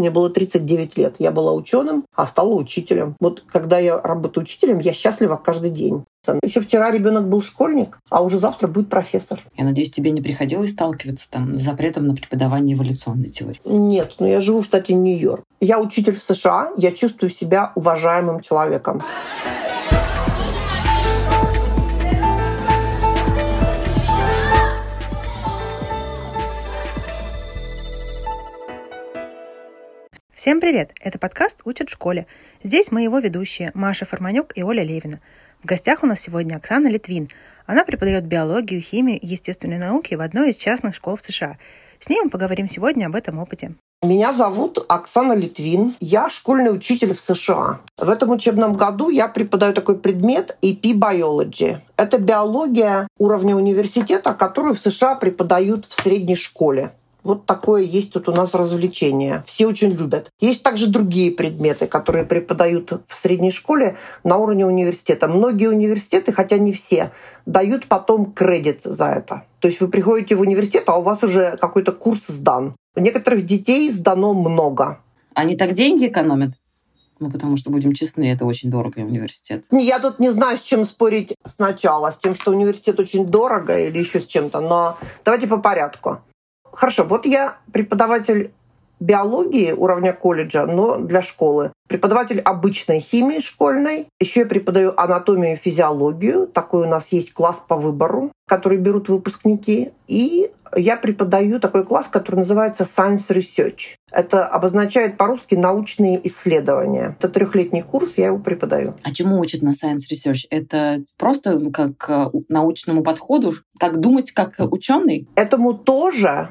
мне было 39 лет. Я была ученым, а стала учителем. Вот когда я работаю учителем, я счастлива каждый день. Еще вчера ребенок был школьник, а уже завтра будет профессор. Я надеюсь, тебе не приходилось сталкиваться с запретом на преподавание эволюционной теории? Нет, но я живу в штате Нью-Йорк. Я учитель в США, я чувствую себя уважаемым человеком. Всем привет! Это подкаст «Учат в школе». Здесь мы его ведущие Маша Форманюк и Оля Левина. В гостях у нас сегодня Оксана Литвин. Она преподает биологию, химию и естественные науки в одной из частных школ в США. С ней мы поговорим сегодня об этом опыте. Меня зовут Оксана Литвин. Я школьный учитель в США. В этом учебном году я преподаю такой предмет AP Biology. Это биология уровня университета, которую в США преподают в средней школе. Вот такое есть тут у нас развлечение. Все очень любят. Есть также другие предметы, которые преподают в средней школе на уровне университета. Многие университеты, хотя не все, дают потом кредит за это. То есть вы приходите в университет, а у вас уже какой-то курс сдан. У некоторых детей сдано много. Они так деньги экономят? Ну, потому что, будем честны, это очень дорого, университет. Я тут не знаю, с чем спорить сначала. С тем, что университет очень дорого или еще с чем-то. Но давайте по порядку. Хорошо, вот я преподаватель биологии уровня колледжа, но для школы. Преподаватель обычной химии школьной. Еще я преподаю анатомию и физиологию. Такой у нас есть класс по выбору, который берут выпускники. И я преподаю такой класс, который называется Science Research. Это обозначает по-русски научные исследования. Это 3-летний курс, я его преподаю. А чему учат на Science Research? Это просто как научному подходу? Как думать как ученый? Этому тоже.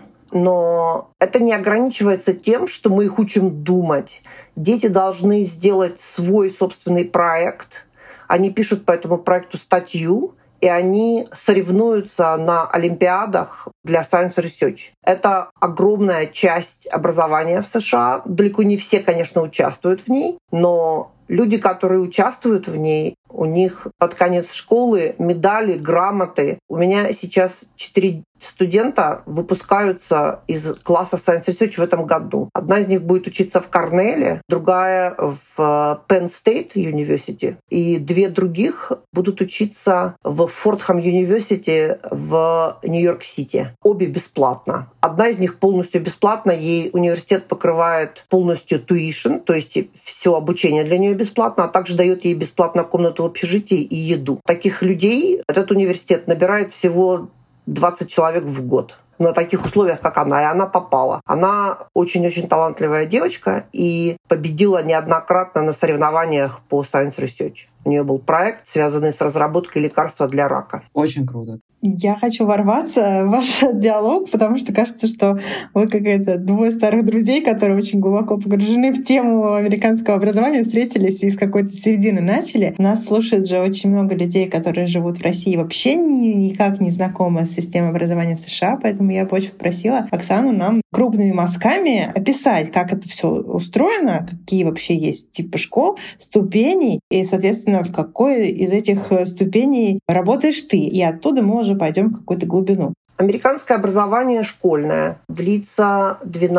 Но это не ограничивается тем, что мы их учим думать. Дети должны сделать свой собственный проект. Они пишут по этому проекту статью, и они соревнуются на олимпиадах для Science Research. Это огромная часть образования в США. Далеко не все, конечно, участвуют в ней, но люди, которые участвуют в ней, у них под конец школы медали, грамоты. У меня сейчас 4 студента выпускаются из класса Science Research в этом году. Одна из них будет учиться в Корнеле, другая в Penn State University, и 2 других будут учиться в Фордхэм University в Нью-Йорк-Сити. Обе бесплатно. Одна из них полностью бесплатно, ей университет покрывает полностью tuition, то есть все обучение для нее бесплатно, а также дает ей бесплатно комнату в общежитии и еду. Таких людей этот университет набирает всего 20 человек в год на таких условиях, как она, и она попала. Она очень-очень талантливая девочка и победила неоднократно на соревнованиях по Science Research. У нее был проект, связанный с разработкой лекарства для рака. Очень круто. Я хочу ворваться в ваш диалог, потому что кажется, что вы какая-то 2 старых друзей, которые очень глубоко погружены в тему американского образования, встретились и с какой-то середины начали. Нас слушает же очень много людей, которые живут в России и вообще никак не знакомы с системой образования в США, поэтому я бы очень попросила Оксану нам крупными мазками описать, как это все устроено, какие вообще есть типы школ, ступеней, и, соответственно, в какой из этих ступеней работаешь ты. И оттуда мы уже пойдем в какую-то глубину. Американское образование школьное длится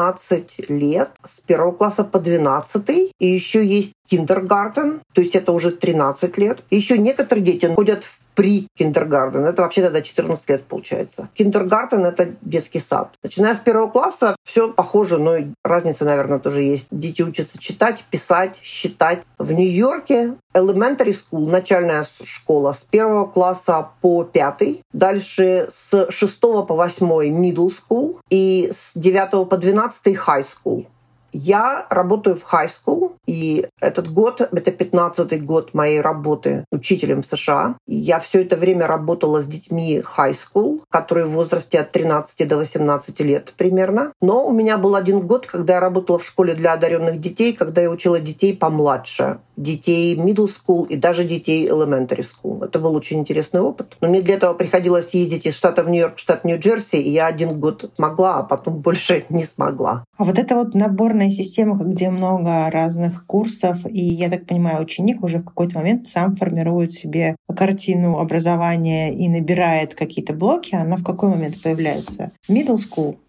12 лет, с 1 класса по 12. И еще есть киндергартен, то есть это уже 13 лет. И еще некоторые дети ходят в pre-kindergarten. Это вообще тогда 14 лет получается. Kindergarten — это детский сад. Начиная с 1 класса все похоже, но разница, наверное, тоже есть. Дети учатся читать, писать, считать. В Нью-Йорке elementary school, начальная школа, с 1 класса по 5. Дальше с 6 по 8 middle school. И с 9 по 12 high school. Я работаю в high school, и этот год, это 15-й год моей работы учителем в США. Я все это время работала с детьми high school, которые в возрасте от 13 до 18 лет примерно. Но у меня был 1 год, когда я работала в школе для одаренных детей, когда я учила детей помладше, детей middle school и даже детей elementary school. Это был очень интересный опыт. Но мне для этого приходилось ездить из штата в Нью-Йорк в штат Нью-Джерси, и я 1 год смогла, а потом больше не смогла. А вот это вот наборная система, где много разных курсов, и, я так понимаю, ученик уже в какой-то момент сам формирует себе картину образования и набирает какие-то блоки, она в какой момент появляется? Middle school?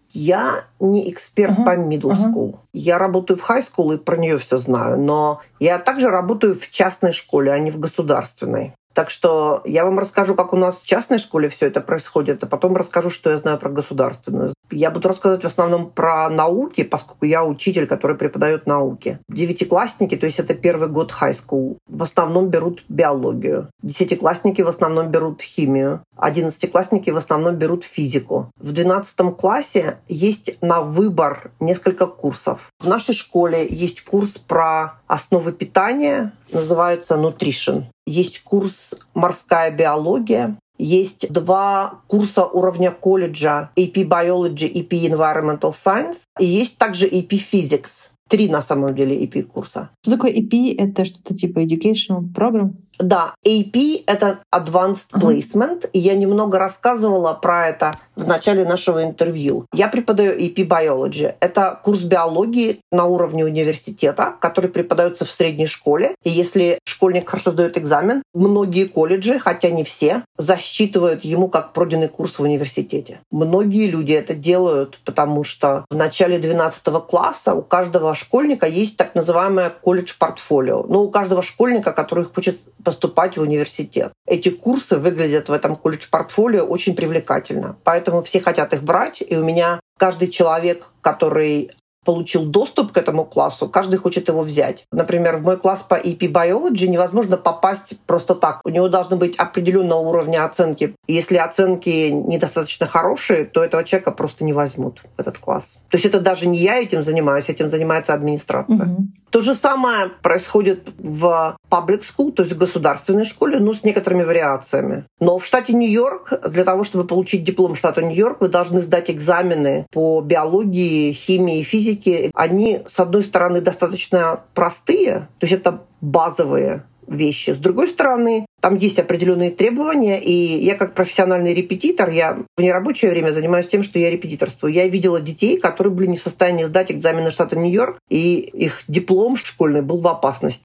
Я не эксперт по middle school. Я работаю в high school и про нее все знаю, но я также работаю в частной школе, а не в государственной. Так что я вам расскажу, как у нас в частной школе все это происходит, а потом расскажу, что я знаю про государственную. Я буду рассказывать в основном про науки, поскольку я учитель, который преподает науки. Девятиклассники, то есть это первый год high school, в основном берут биологию. Десятиклассники в основном берут химию. Одиннадцатиклассники в основном берут физику. В 12 классе есть на выбор несколько курсов. В нашей школе есть курс про основы питания, называется nutrition. Есть курс «Морская биология». Есть 2 курса уровня колледжа AP Biology, AP Environmental Science. И есть также AP Physics. 3 на самом деле AP курса. Что такое AP? Это что-то типа Educational Program? Да, AP — это Advanced Placement, и я немного рассказывала про это в начале нашего интервью. Я преподаю AP Biology. Это курс биологии на уровне университета, который преподается в средней школе. И если школьник хорошо сдает экзамен, многие колледжи, хотя не все, засчитывают ему как пройденный курс в университете. Многие люди это делают, потому что в начале 12 класса у каждого школьника есть так называемое колледж-портфолио. Ну, у каждого школьника, который хочет поступать в университет. Эти курсы выглядят в этом колледж-портфолио очень привлекательно. Поэтому все хотят их брать. И у меня каждый человек, который получил доступ к этому классу, каждый хочет его взять. Например, в мой класс по AP Biology невозможно попасть просто так. У него должны быть определенного уровня оценки. Если оценки недостаточно хорошие, то этого человека просто не возьмут в этот класс. То есть это даже не я этим занимаюсь, этим занимается администрация. То же самое происходит в public school, то есть в государственной школе, но с некоторыми вариациями. Но в штате Нью-Йорк для того, чтобы получить диплом штата Нью-Йорк, вы должны сдать экзамены по биологии, химии, физике. Они, с одной стороны, достаточно простые, то есть это базовые вещи. С другой стороны, там есть определенные требования, и я как профессиональный репетитор, я в нерабочее время занимаюсь тем, что я репетиторствую. Я видела детей, которые были не в состоянии сдать экзамены штата Нью-Йорк, и их диплом школьный был в опасности.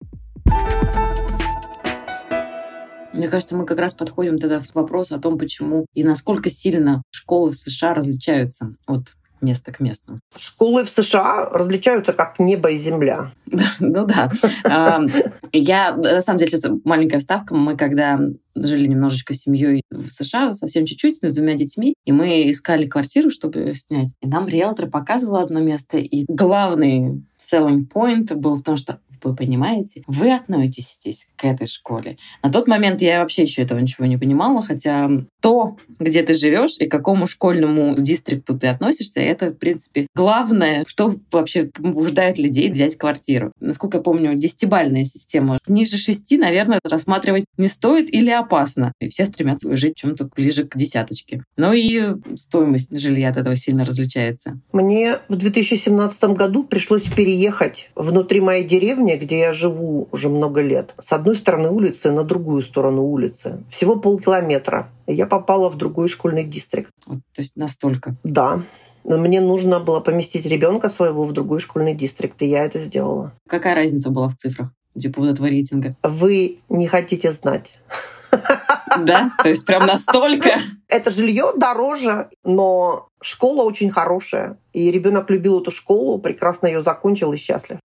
Мне кажется, мы как раз подходим тогда к вопросу о том, почему и насколько сильно школы в США различаются от места к месту. Школы в США различаются как небо и земля. Ну да. Я, на самом деле, сейчас маленькая вставка. Мы когда жили немножечко с семьей в США, совсем чуть-чуть, с 2 детьми, и мы искали квартиру, чтобы снять. И нам риэлтор показывал одно место, и главный selling point был в том, что вы понимаете, вы относитесь к этой школе. На тот момент я вообще еще этого ничего не понимала, хотя то, где ты живешь и к какому школьному дистрикту ты относишься, это, в принципе, главное, что вообще побуждает людей взять квартиру. Насколько я помню, 10-бальная система. Ниже 6, наверное, рассматривать не стоит или опасно. И все стремятся жить чем-то ближе к 10. Ну и стоимость жилья от этого сильно различается. Мне в 2017 году пришлось переехать внутри моей деревни, где я живу уже много лет, с одной стороны улицы на другую сторону улицы. Всего полкилометра. И я попала в другой школьный дистрикт. Вот, то есть настолько? Да. Мне нужно было поместить ребенка своего в другой школьный дистрикт, и я это сделала. Какая разница была в цифрах? Типа вот этого рейтинга? Вы не хотите знать. Да? То есть прям настолько? Это жилье дороже, но школа очень хорошая. И ребенок любил эту школу, прекрасно ее закончил и счастлив.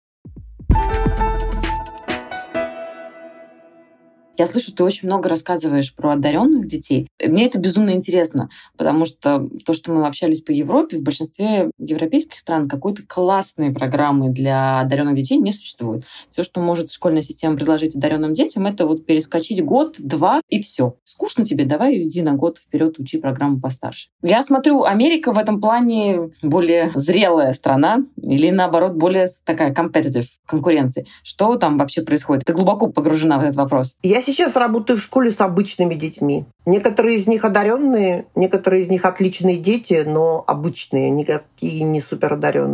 Я слышу, ты очень много рассказываешь про одаренных детей. Мне это безумно интересно, потому что то, что мы общались по Европе, в большинстве европейских стран какой-то классной программы для одаренных детей не существует. Все, что может школьная система предложить одаренным детям, это вот перескочить год-два и все. Скучно тебе, давай иди на год вперед, учи программу постарше. Я смотрю, Америка в этом плане более зрелая страна или, наоборот, более такая competitive, конкуренция. Что там вообще происходит? Ты глубоко погружена в этот вопрос. Я сейчас работаю в школе с обычными детьми. Некоторые из них одаренные, некоторые из них отличные дети, но обычные, никакие не суперодаренные.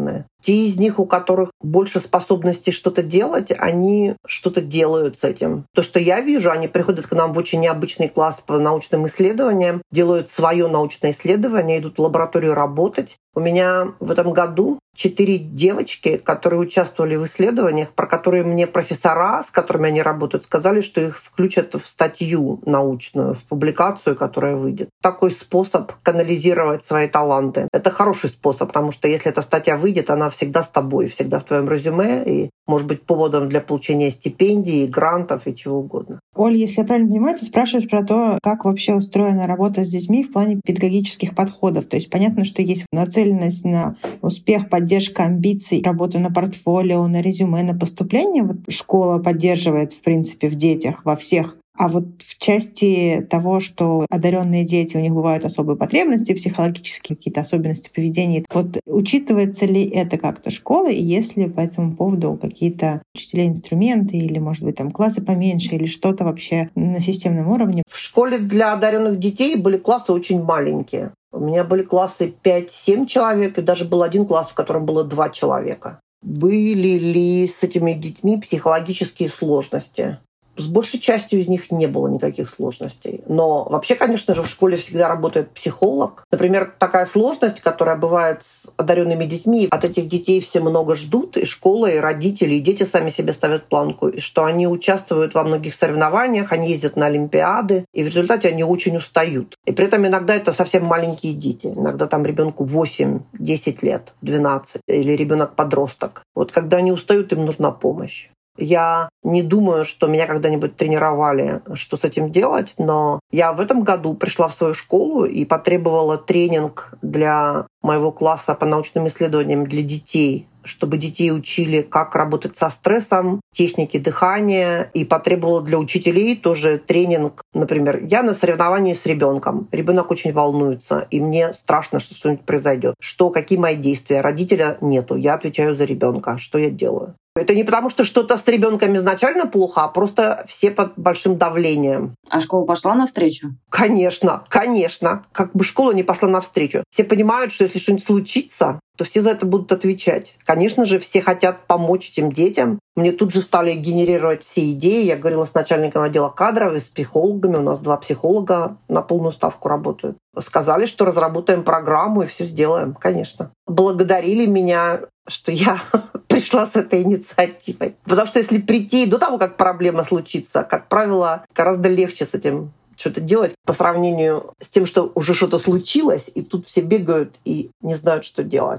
Те из них, у которых больше способностей что-то делать, они что-то делают с этим. То, что я вижу, они приходят к нам в очень необычный класс по научным исследованиям, делают свое научное исследование, идут в лабораторию работать. У меня в этом году 4 девочки, которые участвовали в исследованиях, про которые мне профессора, с которыми они работают, сказали, что их включат в статью научную, в публикацию, которая выйдет. Такой способ канализировать свои таланты. Это хороший способ, потому что если эта статья выйдет, она всегда с тобой, всегда в твоем резюме и может быть поводом для получения стипендий, грантов и чего угодно. Оль, если я правильно понимаю, ты спрашиваешь про то, как вообще устроена работа с детьми в плане педагогических подходов. То есть понятно, что есть нацеленность на успех, поддержка амбиций, работу на портфолио, на резюме, на поступление. Вот школа поддерживает, в принципе, в детях, во всех. А вот в части того, что одаренные дети, у них бывают особые потребности, психологические какие-то особенности поведения, вот учитывается ли это как-то школой, и есть ли по этому поводу какие-то учителя инструменты или, может быть, там классы поменьше или что-то вообще на системном уровне? В школе для одаренных детей были классы очень маленькие. У меня были классы 5-7 человек, и даже был один класс, в котором было 2 человека. Были ли с этими детьми психологические сложности? С большей частью из них не было никаких сложностей. Но вообще, конечно же, в школе всегда работает психолог. Например, такая сложность, которая бывает с одаренными детьми. От этих детей все много ждут, и школа, и родители, и дети сами себе ставят планку, и что они участвуют во многих соревнованиях, они ездят на олимпиады, и в результате они очень устают. И при этом иногда это совсем маленькие дети. Иногда там ребенку 8, 10 лет, 12, или ребенок-подросток. Вот когда они устают, им нужна помощь. Я не думаю, что меня когда-нибудь тренировали, что с этим делать, но я в этом году пришла в свою школу и потребовала тренинг для моего класса по научным исследованиям для детей, чтобы детей учили, как работать со стрессом, техники дыхания, и потребовала для учителей тоже тренинг. Например, я на соревновании с ребенком. Ребенок очень волнуется, и мне страшно, что что-нибудь произойдет. Какие мои действия? Родителя нету. Я отвечаю за ребенка. Что я делаю? Это не потому, что что-то с ребенком изначально плохо, а просто все под большим давлением. А школа пошла навстречу? Конечно. Как бы школа не пошла навстречу. Все понимают, что если что-нибудь случится, то все за это будут отвечать. Конечно же, все хотят помочь этим детям. Мне тут же стали генерировать все идеи. Я говорила с начальником отдела кадров и с психологами. У нас 2 психолога на полную ставку работают. Сказали, что разработаем программу и все сделаем, конечно. Благодарили меня, что я пришла с этой инициативой. Потому что если прийти до того, как проблема случится, как правило, гораздо легче с этим что-то делать по сравнению с тем, что уже что-то случилось, и тут все бегают и не знают, что делать.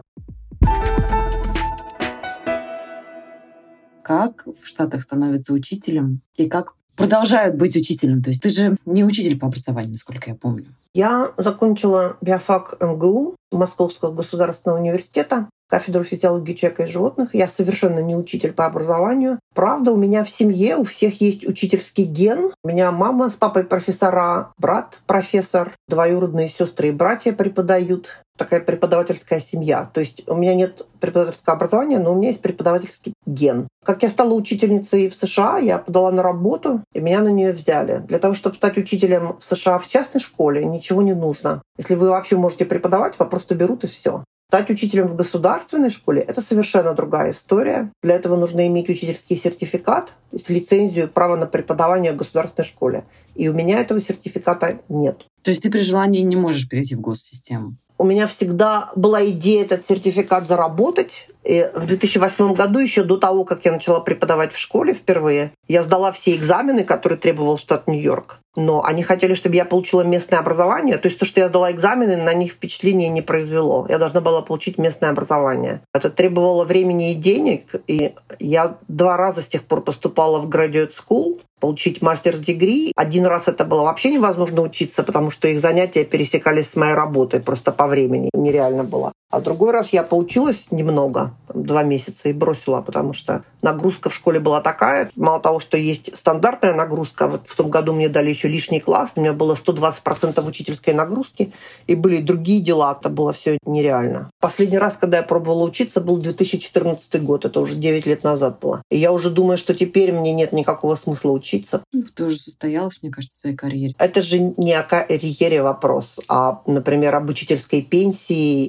Как в Штатах становятся учителем и как продолжают быть учителем? То есть ты же не учитель по образованию, насколько я помню. Я закончила биофак МГУ Московского государственного университета, кафедру физиологии человека и животных. Я совершенно не учитель по образованию. Правда, у меня в семье у всех есть учительский ген. У меня мама с папой профессора, брат профессор, двоюродные сестры и братья преподают. Такая преподавательская семья. То есть у меня нет преподавательского образования, но у меня есть преподавательский ген. Как я стала учительницей в США, я подала на работу, и меня на нее взяли. Для того, чтобы стать учителем в США в частной школе, ничего не нужно. Если вы вообще можете преподавать, вас просто берут и все. Стать учителем в государственной школе — это совершенно другая история. Для этого нужно иметь учительский сертификат, то есть лицензию, право на преподавание в государственной школе. И у меня этого сертификата нет. То есть ты при желании не можешь перейти в госсистему? У меня всегда была идея этот сертификат заработать. И в 2008 году, еще до того, как я начала преподавать в школе впервые, я сдала все экзамены, которые требовал штат Нью-Йорк. Но они хотели, чтобы я получила местное образование. То есть то, что я сдала экзамены, на них впечатления не произвело. Я должна была получить местное образование. Это требовало времени и денег. И я 2 раза с тех пор поступала в Graduate School, получить мастерс-дегри. 1 раз это было вообще невозможно учиться, потому что их занятия пересекались с моей работой просто по времени. Нереально было. А другой раз я поучилась немного, 2 месяца, и бросила, потому что нагрузка в школе была такая. Мало того, что есть стандартная нагрузка, вот в том году мне дали еще лишний класс, у меня было 120% учительской нагрузки, и были другие дела, это было все нереально. Последний раз, когда я пробовала учиться, был 2014 год, это уже 9 лет назад было. И я уже думаю, что теперь мне нет никакого смысла учиться. Ты уже состоялась, мне кажется, в своей карьере. Это же не о карьере вопрос, а, например, об учительской пенсии и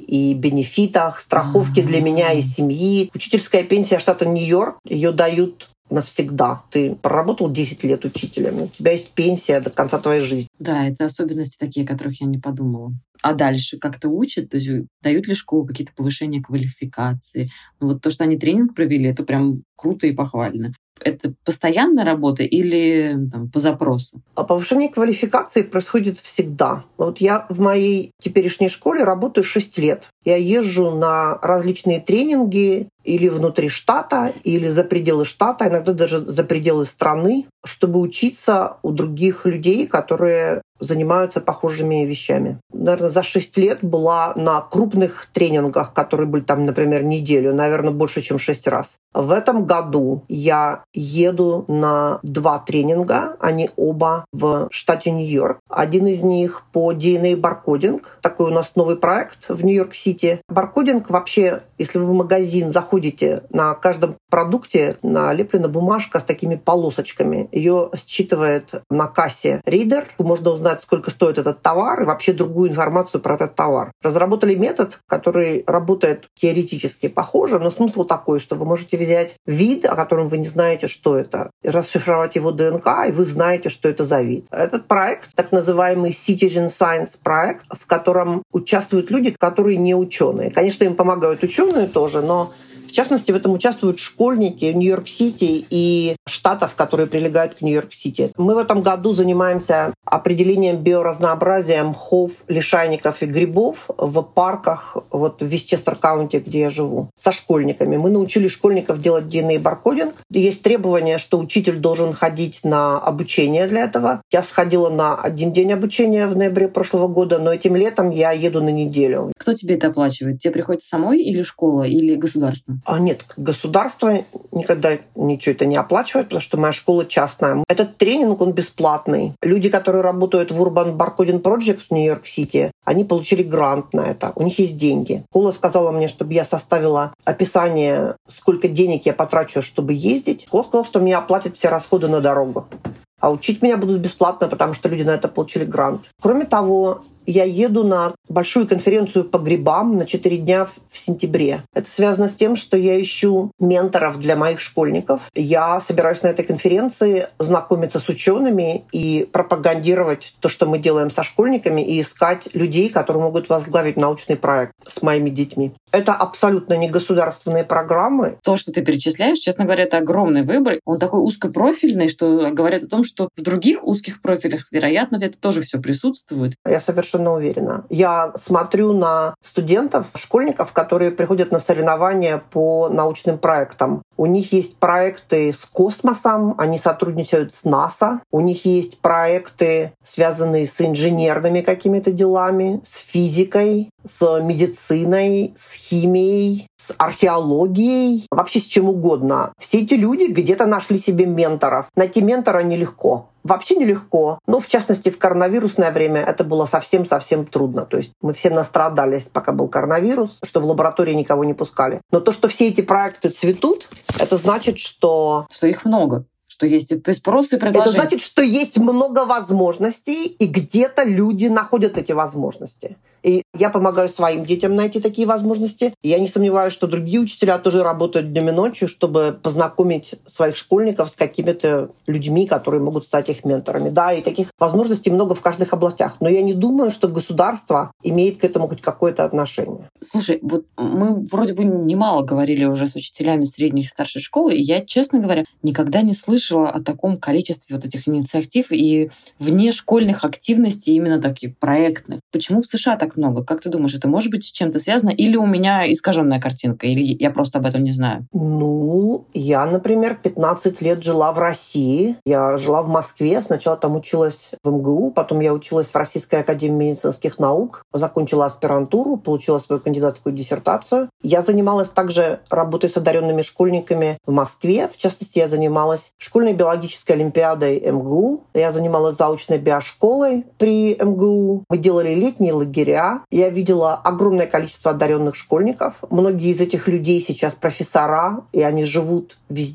бенефитах, страховки для меня и семьи. Учительская пенсия штата Нью-Йорк, ее дают навсегда. Ты проработал 10 лет учителем, у тебя есть пенсия до конца твоей жизни. Да, это особенности такие, о которых я не подумала. А дальше как-то учат? То есть дают ли школу какие-то повышения квалификации? Ну вот то, что они тренинг провели, это прям круто и похвально. Это постоянная работа или там, по запросу? А повышение квалификации происходит всегда. Вот я в моей теперешней школе работаю 6 лет. Я езжу на различные тренинги или внутри штата, или за пределы штата, иногда даже за пределы страны, чтобы учиться у других людей, которые занимаются похожими вещами. Наверное, за 6 лет была на крупных тренингах, которые были там, например, неделю, наверное, больше, чем 6 раз. В этом году я еду на 2 тренинга, они оба в штате Нью-Йорк. Один из них по DNA-баркодинг. Такой у нас новый проект в Нью-Йорк-Сити. Баркодинг вообще, если вы в магазин заходите, на каждом продукте налеплена бумажка с такими полосочками. Ее считывает на кассе ридер. Можно узнать, сколько стоит этот товар и вообще другую информацию про этот товар. Разработали метод, который работает теоретически похоже, но смысл такой, что вы можете взять вид, о котором вы не знаете, что это, расшифровать его ДНК, и вы знаете, что это за вид. Этот проект, так называемый Citizen Science проект, в котором участвуют люди, которые не ученые. Конечно, им помогают ученые тоже, но в частности, в этом участвуют школьники Нью-Йорк-Сити и штатов, которые прилегают к Нью-Йорк-Сити. Мы в этом году занимаемся определением биоразнообразия мхов, лишайников и грибов в парках вот в Вестчестер-каунти, где я живу, со школьниками. Мы научили школьников делать DNA-баркодинг. Есть требование, что учитель должен ходить на обучение для этого. Я сходила на 1 день обучения в ноябре прошлого года, но этим летом я еду на неделю. Кто тебе это оплачивает? Тебе приходится самой или школа, или государство? Нет, государство никогда ничего это не оплачивает, потому что моя школа частная. Этот тренинг, он бесплатный. Люди, которые работают в Urban Barcoding Project в Нью-Йорк-Сити, они получили грант на это. У них есть деньги. Школа сказала мне, чтобы я составила описание, сколько денег я потрачу, чтобы ездить. Школа сказала, что мне оплатят все расходы на дорогу. А учить меня будут бесплатно, потому что люди на это получили грант. Кроме того, я еду на большую конференцию по грибам на 4 дня в сентябре. Это связано с тем, что я ищу менторов для моих школьников. Я собираюсь на этой конференции знакомиться с учеными и пропагандировать то, что мы делаем со школьниками, и искать людей, которые могут возглавить научный проект с моими детьми. Это абсолютно не государственные программы. То, что ты перечисляешь, честно говоря, это огромный выбор. Он такой узкопрофильный, что говорит о том, что в других узких профилях, вероятно, это тоже все присутствует. Я совершенно уверена. Я смотрю на студентов, школьников, которые приходят на соревнования по научным проектам. У них есть проекты с космосом, они сотрудничают с НАСА. У них есть проекты, связанные с инженерными какими-то делами, с физикой, с медициной, с химией, с археологией, вообще с чем угодно. Все эти люди где-то нашли себе менторов. Найти ментора нелегко. Вообще нелегко. Но, в частности, в коронавирусное время это было совсем-совсем трудно. То есть мы все настрадались, пока был коронавирус, что в лаборатории никого не пускали. Но то, что все эти проекты цветут, это значит, что их много. Что есть и спрос, и предложение. Это значит, что есть много возможностей, и где-то люди находят эти возможности. И я помогаю своим детям найти такие возможности. И я не сомневаюсь, что другие учителя тоже работают днем и ночью, чтобы познакомить своих школьников с какими-то людьми, которые могут стать их менторами. Да, и таких возможностей много в каждых областях. Но я не думаю, что государство имеет к этому хоть какое-то отношение. Слушай, вот мы вроде бы немало говорили уже с учителями средней и старшей школы, и я, честно говоря, никогда не слышала о таком количестве вот этих инициатив и внешкольных активностей, именно таких проектных. Почему в США так много? Как ты думаешь, это может быть с чем-то связано? Или у меня искаженная картинка? Или я просто об этом не знаю? Я, например, 15 лет жила в России. Я жила в Москве. Сначала там училась в МГУ, потом я училась в Российской академии медицинских наук, закончила аспирантуру, получила свою кандидатскую диссертацию. Я занималась также работой с одаренными школьниками в Москве. В частности, я занималась школьной биологической олимпиадой МГУ. Я занималась заочной биошколой при МГУ. Мы делали летние лагеря. Я видела огромное количество одаренных школьников. Многие из этих людей сейчас профессора, и они живут везде.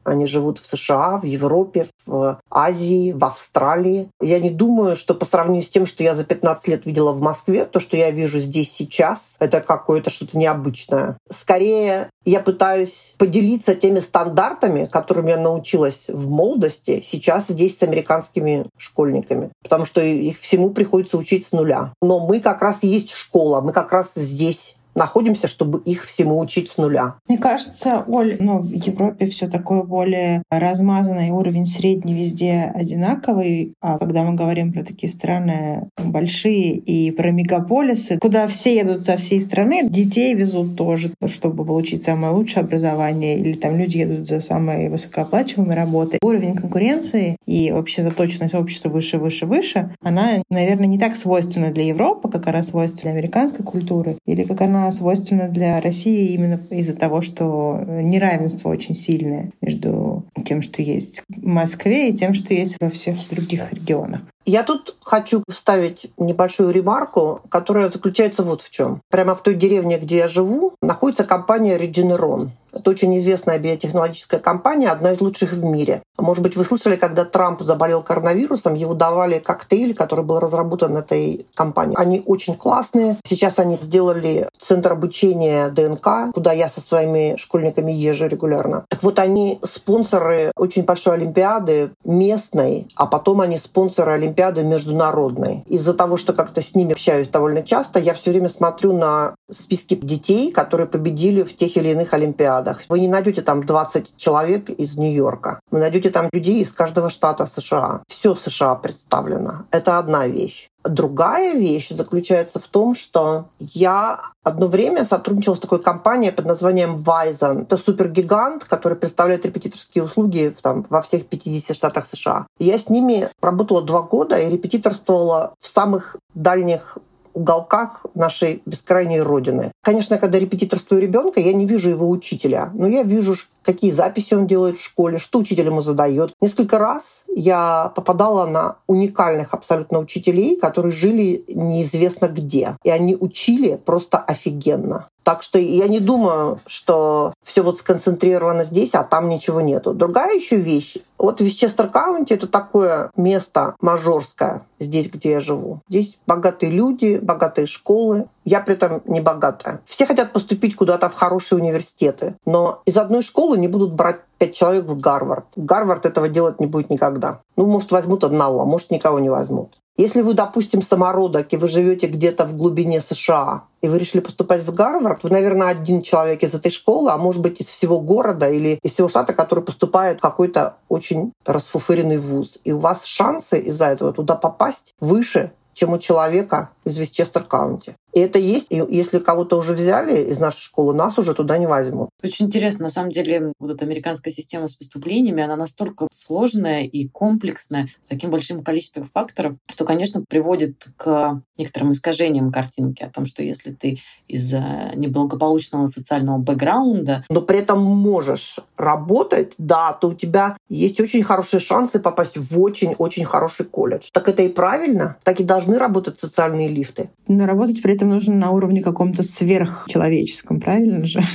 Они живут в США, в Европе, в Азии, в Австралии. Я не думаю, что по сравнению с тем, что я за 15 лет видела в Москве, то, что я вижу здесь сейчас, это какое-то что-то необычное. Скорее, я пытаюсь поделиться теми стандартами, которым я научилась в молодости, сейчас здесь с американскими школьниками. Потому что их всему приходится учить с нуля. Но мы как раз и есть школа, мы как раз здесь находимся, чтобы их всему учить с нуля. Мне кажется, Оль, в Европе все такое более размазанное, уровень средний везде одинаковый. А когда мы говорим про такие страны большие и про мегаполисы, куда все едут со всей страны, детей везут тоже, чтобы получить самое лучшее образование, или там люди едут за самой высокооплачиваемой работой. Уровень конкуренции и вообще заточенность общества выше, выше, выше, она, наверное, не так свойственна для Европы, как она свойственна для американской культуры, или как она свойственно для России именно из-за того, что неравенство очень сильное между тем, что есть в Москве, и тем, что есть во всех других регионах. Я тут хочу вставить небольшую ремарку, которая заключается вот в чем. Прямо в той деревне, где я живу, находится компания Regeneron. Это очень известная биотехнологическая компания, одна из лучших в мире. Может быть, вы слышали, когда Трамп заболел коронавирусом, ему давали коктейль, который был разработан этой компанией. Они очень классные. Сейчас они сделали центр обучения ДНК, куда я со своими школьниками езжу регулярно. Так вот, они спонсоры очень большой олимпиады местной, а потом они спонсоры олимпиады международной. Из-за того, что как-то с ними общаюсь довольно часто, я все время смотрю на списки детей, которые победили в тех или иных олимпиадах. Вы не найдете там 20 человек из Нью-Йорка. Вы найдете там людей из каждого штата США. Все США представлено. Это одна вещь. Другая вещь заключается в том, что я одно время сотрудничала с такой компанией под названием Verizon. Это супергигант, который представляет репетиторские услуги во всех 50 штатах США. Я с ними работала 2 года и репетиторствовала в самых дальних уголках нашей бескрайней родины. Конечно, когда репетиторствую ребенка, я не вижу его учителя, но я вижу, какие записи он делает в школе, что учитель ему задает. Несколько раз я попадала на уникальных абсолютно учителей, которые жили неизвестно где. И они учили просто офигенно. Так что я не думаю, что все вот сконцентрировано здесь, а там ничего нету. Другая еще вещь. Вот Вестчестер-Каунти — это такое место мажорское здесь, где я живу. Здесь богатые люди, богатые школы. Я при этом не богатая. Все хотят поступить куда-то в хорошие университеты, но из одной школы не будут брать 5 человек в Гарвард. Гарвард этого делать не будет никогда. Может, возьмут одного, а может, никого не возьмут. Если вы, допустим, самородок, и вы живете где-то в глубине США, и вы решили поступать в Гарвард, вы, наверное, один человек из этой школы, а может быть, из всего города или из всего штата, который поступает в какой-то очень расфуфыренный вуз. И у вас шансы из-за этого туда попасть выше, чем у человека из Вестчестер-Каунти. И это есть. И если кого-то уже взяли из нашей школы, нас уже туда не возьмут. Очень интересно. На самом деле, вот эта американская система с поступлениями, она настолько сложная и комплексная, с таким большим количеством факторов, что, конечно, приводит к некоторым искажениям картинки о том, что если ты из неблагополучного социального бэкграунда, но при этом можешь работать, да, то у тебя есть очень хорошие шансы попасть в очень-очень хороший колледж. Так это и правильно. Так и должны работать социальные лифты. Но работать при этом нужно на уровне каком-то сверхчеловеческом, правильно же?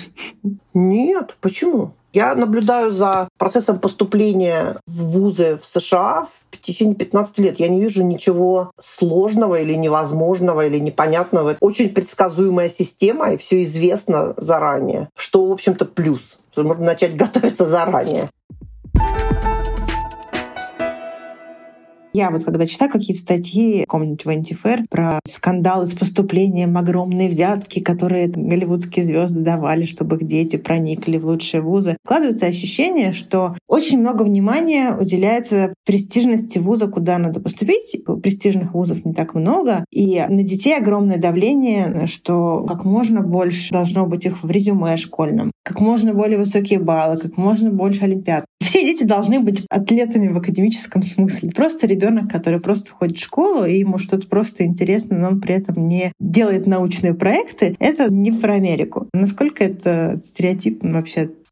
Нет, почему? Я наблюдаю за процессом поступления в вузы в США в течение 15 лет. Я не вижу ничего сложного или невозможного или непонятного. Очень предсказуемая система, и все известно заранее, что, в общем-то, плюс. Можно начать готовиться заранее. Я вот когда читаю какие-то статьи, каком-нибудь Vanity Fair про скандалы с поступлением, огромные взятки, которые голливудские звезды давали, чтобы их дети проникли в лучшие вузы, складывается ощущение, что очень много внимания уделяется престижности вуза, куда надо поступить. Престижных вузов не так много, и на детей огромное давление, что как можно больше должно быть их в резюме школьном, как можно более высокие баллы, как можно больше олимпиад. Все дети должны быть атлетами в академическом смысле. Просто ребенок, который просто ходит в школу, и ему что-то просто интересно, но он при этом не делает научные проекты, это не про Америку. Насколько это стереотип вообще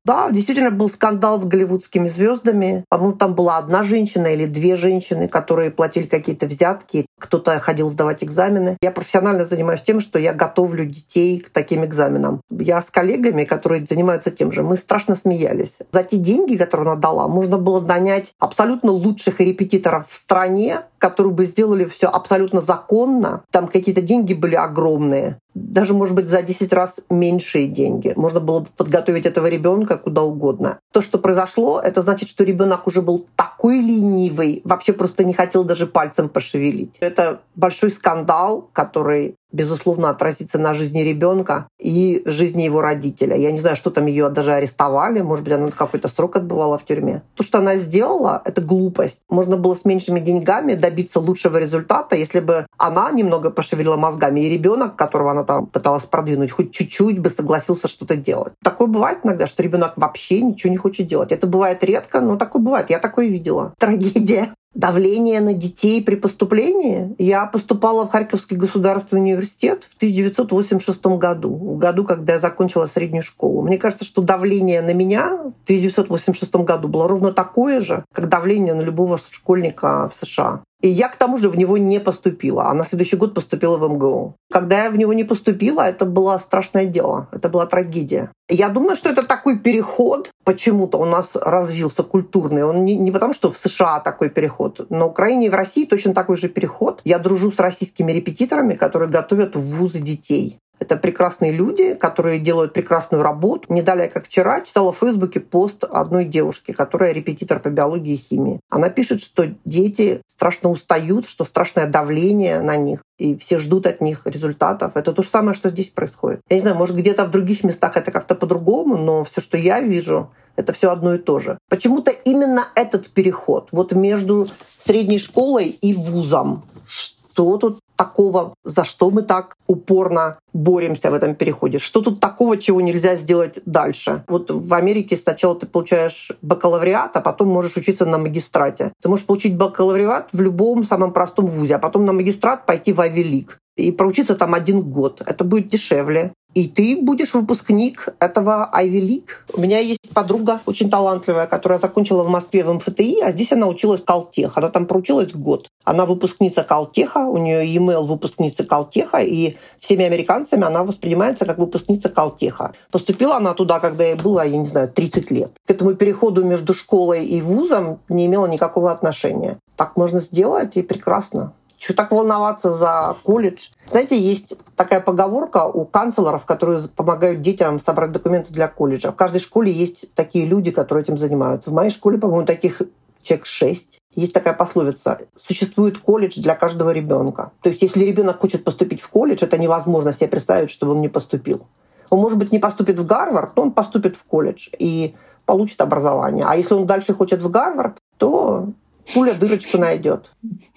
Да, действительно был скандал с голливудскими звездами. По-моему, там была одна женщина или две женщины, которые платили какие-то взятки. Кто-то ходил сдавать экзамены. Я профессионально занимаюсь тем, что я готовлю детей к таким экзаменам. Я с коллегами, которые занимаются тем же, мы страшно смеялись. За те деньги, которые она дала, можно было нанять абсолютно лучших репетиторов в стране, которые бы сделали все абсолютно законно. Там какие-то деньги были огромные. Даже, может быть, за 10 раз меньшие деньги. Можно было бы подготовить этого ребенка куда угодно. То, что произошло, это значит, что ребенок уже был такой ленивый, вообще просто не хотел даже пальцем пошевелить. Это большой скандал, который, безусловно, отразится на жизни ребенка и жизни его родителя. Я не знаю, что там ее даже арестовали, может быть, она какой-то срок отбывала в тюрьме. То, что она сделала, это глупость. Можно было с меньшими деньгами добиться лучшего результата, если бы она немного пошевелила мозгами, и ребенок, которого она там пыталась продвинуть, хоть чуть-чуть бы согласился что-то делать. Такое бывает иногда, что ребенок вообще ничего не хочет делать. Это бывает редко, но такое бывает. Я такое видела. Трагедия. Давление на детей при поступлении. Я поступала в Харьковский государственный университет в 1986 году, в году, когда я закончила среднюю школу. Мне кажется, что давление на меня в 1986 году было ровно такое же, как давление на любого школьника в США. И я, к тому же, в него не поступила, а на следующий год поступила в МГУ. Когда я в него не поступила, это было страшное дело, это была трагедия. Я думаю, что это такой переход почему-то у нас развился культурный. Он не потому, что в США такой переход. На Украине и в России точно такой же переход. Я дружу с российскими репетиторами, которые готовят в вузы детей. Это прекрасные люди, которые делают прекрасную работу. Не далее, как вчера, читала в Фейсбуке пост одной девушки, которая репетитор по биологии и химии. Она пишет, что дети страшно устают, что страшное давление на них, и все ждут от них результатов. Это то же самое, что здесь происходит. Я не знаю, может, где-то в других местах это как-то по-другому, но все, что я вижу, это все одно и то же. Почему-то именно этот переход вот между средней школой и вузом. Что тут такого, за что мы так упорно боремся в этом переходе? Что тут такого, чего нельзя сделать дальше? Вот в Америке сначала ты получаешь бакалавриат, а потом можешь учиться на магистрате. Ты можешь получить бакалавриат в любом самом простом вузе, а потом на магистрат пойти в Ivy League и проучиться там 1 год. Это будет дешевле. И ты будешь выпускник этого Ivy League. У меня есть подруга очень талантливая, которая закончила в Москве в МФТИ, а здесь она училась в Калтех. Она там проучилась год. Она выпускница Калтеха, у нее e-mail выпускницы Калтеха, и всеми американцами она воспринимается как выпускница Калтеха. Поступила она туда, когда ей было, я не знаю, 30 лет. К этому переходу между школой и вузом не имела никакого отношения. Так можно сделать, и прекрасно. Чего так волноваться за колледж? Знаете, есть такая поговорка у канцлеров, которые помогают детям собрать документы для колледжа. В каждой школе есть такие люди, которые этим занимаются. В моей школе, по-моему, таких человек 6. Есть такая пословица: существует колледж для каждого ребенка. То есть, если ребенок хочет поступить в колледж, это невозможно себе представить, чтобы он не поступил. Он, может быть, не поступит в Гарвард, но он поступит в колледж и получит образование. А если он дальше хочет в Гарвард, то пуля дырочку найдет.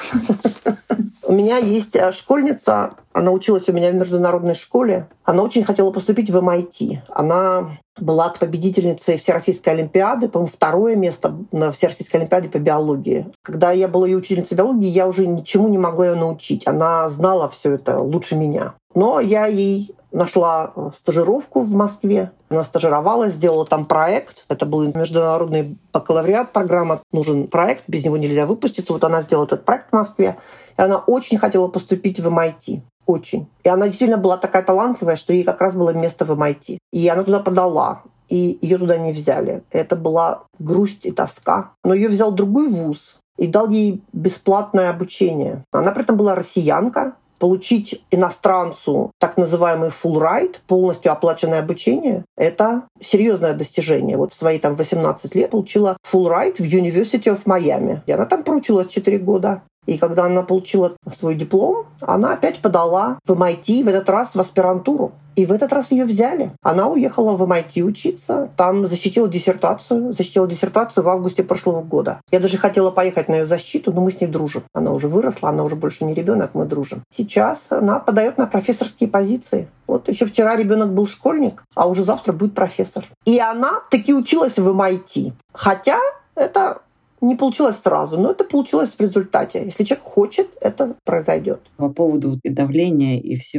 У меня есть школьница, она училась у меня в международной школе. Она очень хотела поступить в MIT. Она была победительницей Всероссийской олимпиады, по-моему, 2-е место на Всероссийской олимпиаде по биологии. Когда я была ее учительницей биологии, я уже ничему не могла ее научить. Она знала все это лучше меня. Но я ей нашла стажировку в Москве. Она стажировалась, сделала там проект. Это был международный бакалавриат, программа. Нужен проект, без него нельзя выпуститься. Вот она сделала этот проект в Москве. И она очень хотела поступить в MIT. Очень. И она действительно была такая талантливая, что ей как раз было место в MIT. И она туда подала. И ее туда не взяли. Это была грусть и тоска. Но ее взял другой вуз и дал ей бесплатное обучение. Она при этом была россиянка. Получить иностранцу так называемый full ride, полностью оплаченное обучение, это серьезное достижение. Вот в свои 18 лет получила full ride в University of Miami. И она там проучилась 4 года. И когда она получила свой диплом, она опять подала в MIT, в этот раз в аспирантуру. И в этот раз ее взяли. Она уехала в MIT учиться, там защитила диссертацию в августе прошлого года. Я даже хотела поехать на ее защиту, но мы с ней дружим. Она уже выросла, она уже больше не ребенок, мы дружим. Сейчас она подает на профессорские позиции. Вот еще вчера ребенок был школьник, а уже завтра будет профессор. И она таки училась в MIT. Хотя это не получилось сразу, но это получилось в результате. Если человек хочет, это произойдет. По поводу давления и всего.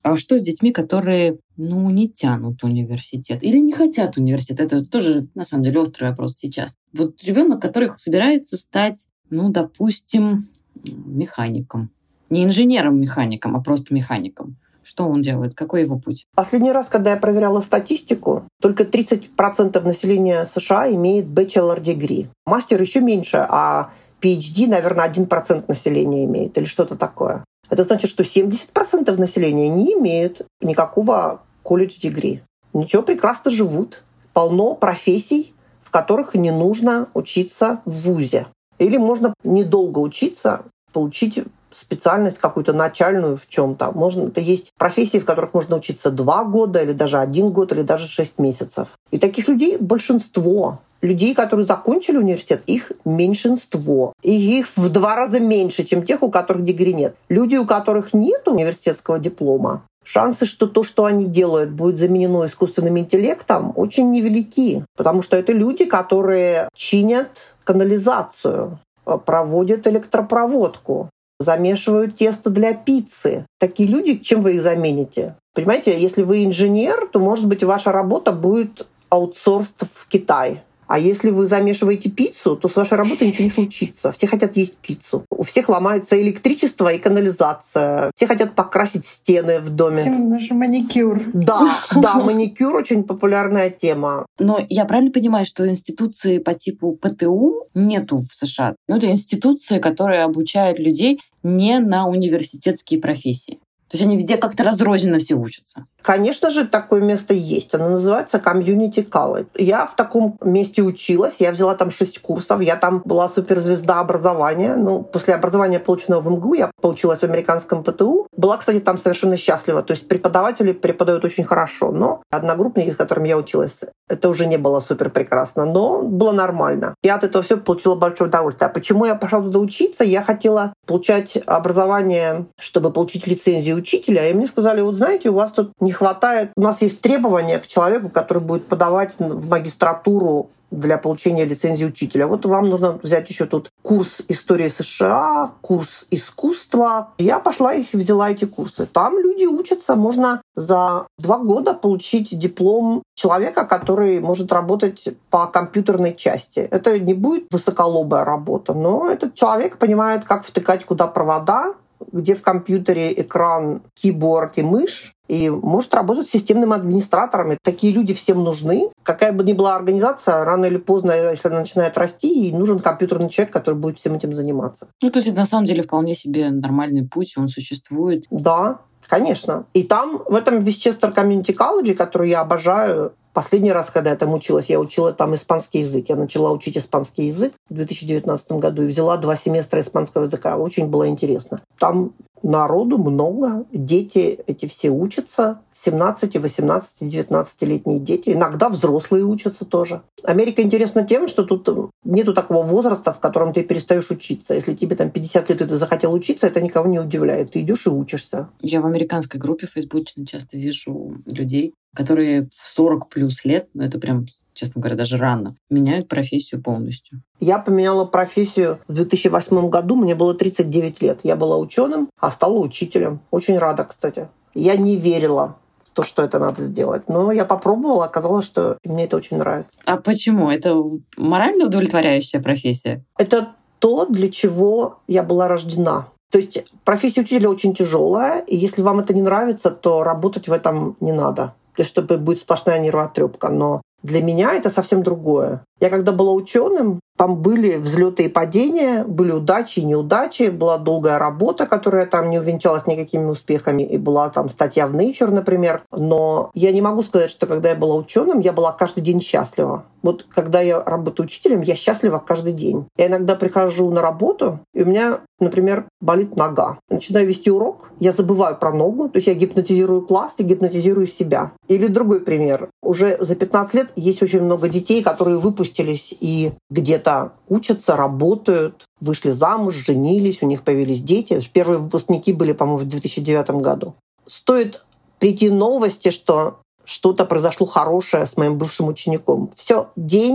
А что с детьми, которые, не тянут университет или не хотят университет? Это тоже, на самом деле, острый вопрос сейчас. Вот ребенок, который собирается стать, допустим, механиком. Не инженером-механиком, а просто механиком. Что он делает? Какой его путь? Последний раз, когда я проверяла статистику, только 30% населения США имеет bachelor degree. Мастер еще меньше, а PhD, наверное, 1% населения имеет или что-то такое. Это значит, что 70% населения не имеют никакого колледж-дегри. Ничего, прекрасно живут. Полно профессий, в которых не нужно учиться в вузе. Или можно недолго учиться, получить специальность какую-то начальную в чем-то. Это есть профессии, в которых можно учиться 2 года, или даже 1 год, или даже 6 месяцев. И таких людей большинство. Людей, которые закончили университет, их меньшинство. И их в 2 раза меньше, чем тех, у которых дегри нет. Люди, у которых нет университетского диплома, шансы, что то, что они делают, будет заменено искусственным интеллектом, очень невелики. Потому что это люди, которые чинят канализацию, проводят электропроводку, замешивают тесто для пиццы. Такие люди, чем вы их замените? Понимаете, если вы инженер, то, может быть, ваша работа будет аутсорс в Китай. А если вы замешиваете пиццу, то с вашей работой ничего не случится. Все хотят есть пиццу. У всех ломается электричество и канализация. Все хотят покрасить стены в доме. Всем нужен маникюр. Да, маникюр очень популярная тема. Но я правильно понимаю, что институции по типу ПТУ нету в США? Это институции, которые обучают людей не на университетские профессии. То есть они везде как-то разрозненно все учатся. Конечно же, такое место есть. Оно называется Community College. Я в таком месте училась. Я взяла там 6 курсов. Я там была суперзвезда образования. После образования, полученного в МГУ, я поучилась в американском ПТУ. Была, кстати, там совершенно счастлива. То есть преподаватели преподают очень хорошо. Но одногруппники, с которыми я училась, это уже не было супер прекрасно. Но было нормально. Я от этого все получила большое удовольствие. А почему я пошла туда учиться? Я хотела получать образование, чтобы получить лицензию учителя. И мне сказали, знаете, у вас тут не хватает. У нас есть требования к человеку, который будет подавать в магистратуру для получения лицензии учителя. Вот вам нужно взять еще тут курс истории США, курс искусства. Я пошла и взяла эти курсы. Там люди учатся. Можно за 2 года получить диплом человека, который может работать по компьютерной части. Это не будет высоколобая работа, но этот человек понимает, как втыкать куда провода, где в компьютере экран, кейборд и мышь, и может работать системным администратором. И такие люди всем нужны. Какая бы ни была организация, рано или поздно, если она начинает расти, ей нужен компьютерный человек, который будет всем этим заниматься. То есть это на самом деле вполне себе нормальный путь, он существует. Да, конечно. И там, в этом Westchester Community College, который я обожаю, последний раз, когда я там училась, я учила там испанский язык. Я начала учить испанский язык в 2019 году и взяла 2 семестра испанского языка. Очень было интересно. Там народу много, дети эти все учатся, 17, 18, 19-летние дети. Иногда взрослые учатся тоже. Америка интересна тем, что тут нету такого возраста, в котором ты перестаешь учиться. Если тебе там 50 лет, и ты захотел учиться, это никого не удивляет. Ты идешь и учишься. Я в американской группе фейсбучной часто вижу людей, которые в 40 плюс лет, это прям, честно говоря, даже рано, меняют профессию полностью. Я поменяла профессию в 2008 году, мне было 39 лет. Я была ученым, а стала учителем. Очень рада, кстати. Я не верила в то, что это надо сделать. Но я попробовала, оказалось, что мне это очень нравится. А почему? Это морально удовлетворяющая профессия? Это то, для чего я была рождена. То есть профессия учителя очень тяжелая, и если вам это не нравится, то работать в этом не надо. То есть чтобы будет сплошная нервотрепка. Но для меня это совсем другое. Я когда была ученым, там были взлеты и падения, были удачи и неудачи, была долгая работа, которая там не увенчалась никакими успехами, и была там статья в Nature, например. Но я не могу сказать, что когда я была ученым, я была каждый день счастлива. Вот когда я работаю учителем, я счастлива каждый день. Я иногда прихожу на работу, и у меня, например, болит нога. Начинаю вести урок, я забываю про ногу, то есть я гипнотизирую класс и гипнотизирую себя. Или другой пример. Уже за 15 лет есть очень много детей, которые выпустились и где-то учатся, работают, вышли замуж, женились, у них появились дети. Первые выпускники были, по-моему, в 2009 году. Стоит прийти новости, что что-то произошло хорошее с моим бывшим учеником. Все, день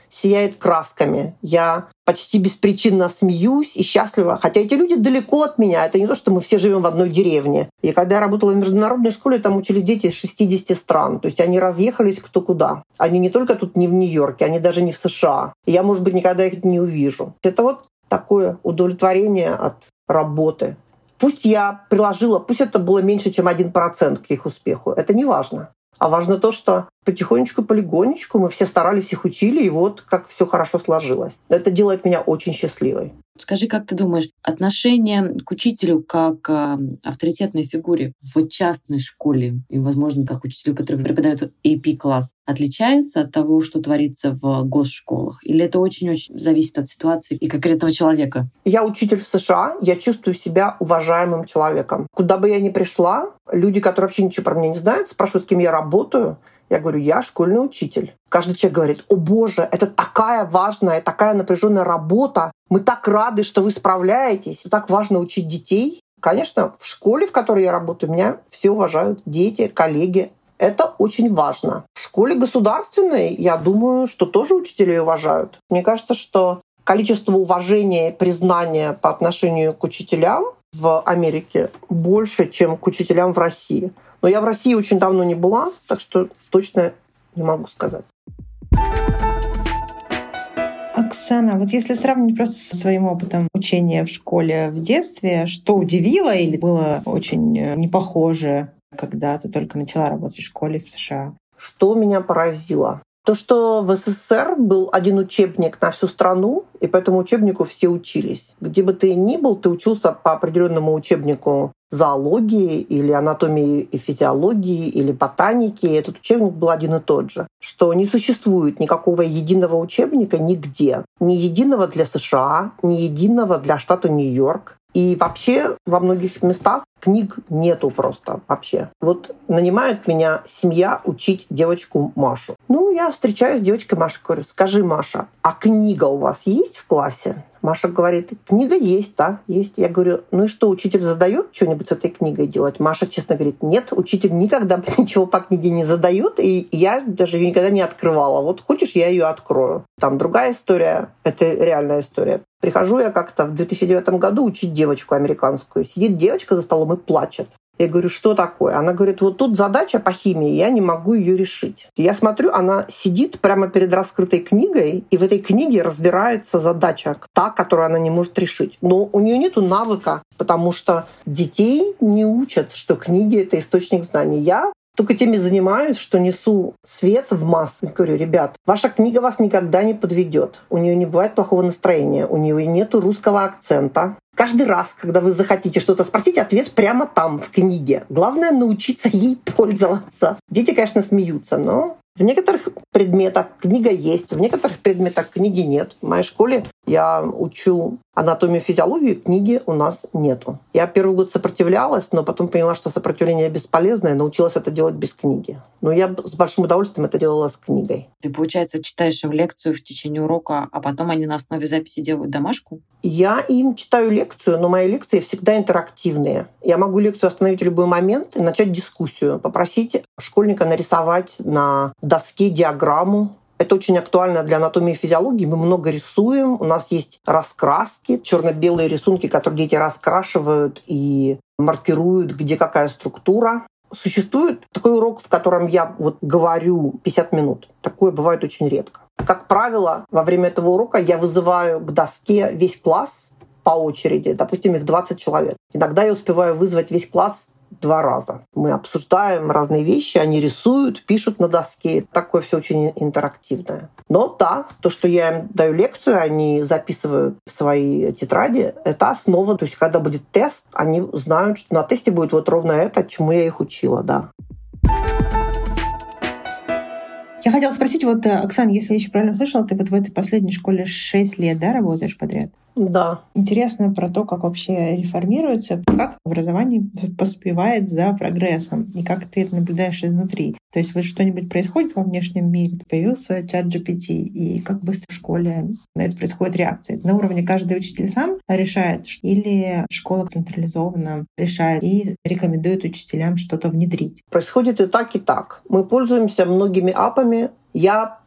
сияет красками. Я почти беспричинно смеюсь и счастлива. Хотя эти люди далеко от меня. Это не то, что мы все живем в одной деревне. И когда я работала в международной школе, там учились дети из 60 стран. То есть они разъехались кто куда. Они не только тут не в Нью-Йорке, они даже не в США. И я, может быть, никогда их не увижу. Это вот такое удовлетворение от работы. Пусть я приложила, пусть это было меньше, чем 1% к их успеху. Это не важно. А важно то, что потихонечку, полигонечку мы все старались, их учили, и вот как все хорошо сложилось. Это делает меня очень счастливой. Скажи, как ты думаешь, отношение к учителю как к авторитетной фигуре в частной школе и, возможно, как учителю, который преподает AP-класс, отличается от того, что творится в госшколах? Или это очень-очень зависит от ситуации и конкретного человека? Я учитель в США, я чувствую себя уважаемым человеком. Куда бы я ни пришла, люди, которые вообще ничего про меня не знают, спрашивают, кем я работаю. Я говорю, я школьный учитель. Каждый человек говорит, о боже, это такая важная, такая напряженная работа. Мы так рады, что вы справляетесь. Так важно учить детей. Конечно, в школе, в которой я работаю, меня все уважают. Дети, коллеги. Это очень важно. В школе государственной, я думаю, что тоже учителей уважают. Мне кажется, что количество уважения и признания по отношению к учителям в Америке больше, чем к учителям в России. Но я в России очень давно не была, так что точно не могу сказать. Оксана, вот если сравнить просто со своим опытом учения в школе в детстве, что удивило или было очень не похоже, когда ты только начала работать в школе в США? Что меня поразило? То, что в СССР был один учебник на всю страну, и по этому учебнику все учились. Где бы ты ни был, ты учился по определенному учебнику зоологии или анатомии и физиологии или ботаники. Этот учебник был один и тот же. Что не существует никакого единого учебника нигде. Ни единого для США, ни единого для штата Нью-Йорк. И вообще во многих местах книг нету просто вообще. Вот нанимает меня семья учить девочку Машу. Ну, я встречаюсь с девочкой Машей, говорю, скажи, Маша, а книга у вас есть в классе? Маша говорит, книга есть, да, есть. Я говорю, ну и что, учитель задает что-нибудь с этой книгой делать? Маша честно говорит, нет, учитель никогда ничего по книге не задает, и я даже ее никогда не открывала. Вот хочешь, я ее открою. Там другая история, это реальная история. Прихожу я как-то в 2009 году учить девочку американскую. Сидит девочка за столом и плачет. Я говорю, что такое? Она говорит, вот тут задача по химии, я не могу ее решить. Я смотрю, она сидит прямо перед раскрытой книгой, и в этой книге разбирается задача, та, которую она не может решить. Но у нее нету навыка, потому что детей не учат, что книги — это источник знаний. Я только теми занимаюсь, что несу свет в массы. Я говорю, ребят, ваша книга вас никогда не подведет. У нее не бывает плохого настроения, у нее нету русского акцента. Каждый раз, когда вы захотите что-то спросить, ответ прямо там, в книге. Главное — научиться ей пользоваться. Дети, конечно, смеются, но в некоторых предметах книга есть, в некоторых предметах книги нет. В моей школе я учу анатомию, физиологию, книги у нас нету. Я первый год сопротивлялась, но потом поняла, что сопротивление бесполезное, научилась это делать без книги. Но я с большим удовольствием это делала с книгой. Ты, получается, читаешь им лекцию в течение урока, а потом они на основе записи делают домашку? Я им читаю лекцию, но мои лекции всегда интерактивные. Я могу лекцию остановить в любой момент и начать дискуссию, попросить школьника нарисовать на доске диаграмму. Это очень актуально для анатомии и физиологии. Мы много рисуем, у нас есть раскраски, черно-белые рисунки, которые дети раскрашивают и маркируют, где какая структура. Существует такой урок, в котором я говорю 50 минут. Такое бывает очень редко. Как правило, во время этого урока я вызываю к доске весь класс по очереди, допустим, их 20 человек. Иногда я успеваю вызвать весь класс 2 раза. Мы обсуждаем разные вещи, они рисуют, пишут на доске. Такое все очень интерактивное. Но да, то, что я им даю лекцию, они записывают в свои тетради, это основа. То есть, когда будет тест, они знают, что на тесте будет ровно это, чему я их учила, да. Я хотела спросить, Оксана, если я еще правильно слышала, ты в этой последней школе 6 лет, да, работаешь подряд? Да. Интересно про то, как вообще реформируется, как образование поспевает за прогрессом, и как ты это наблюдаешь изнутри. То есть что-нибудь происходит во внешнем мире, появился чат GPT, и как быстро в школе на это происходит реакция? На уровне каждый учитель сам решает, или школа централизованно решает и рекомендует учителям что-то внедрить? Происходит и так, и так. Мы пользуемся многими апами. Я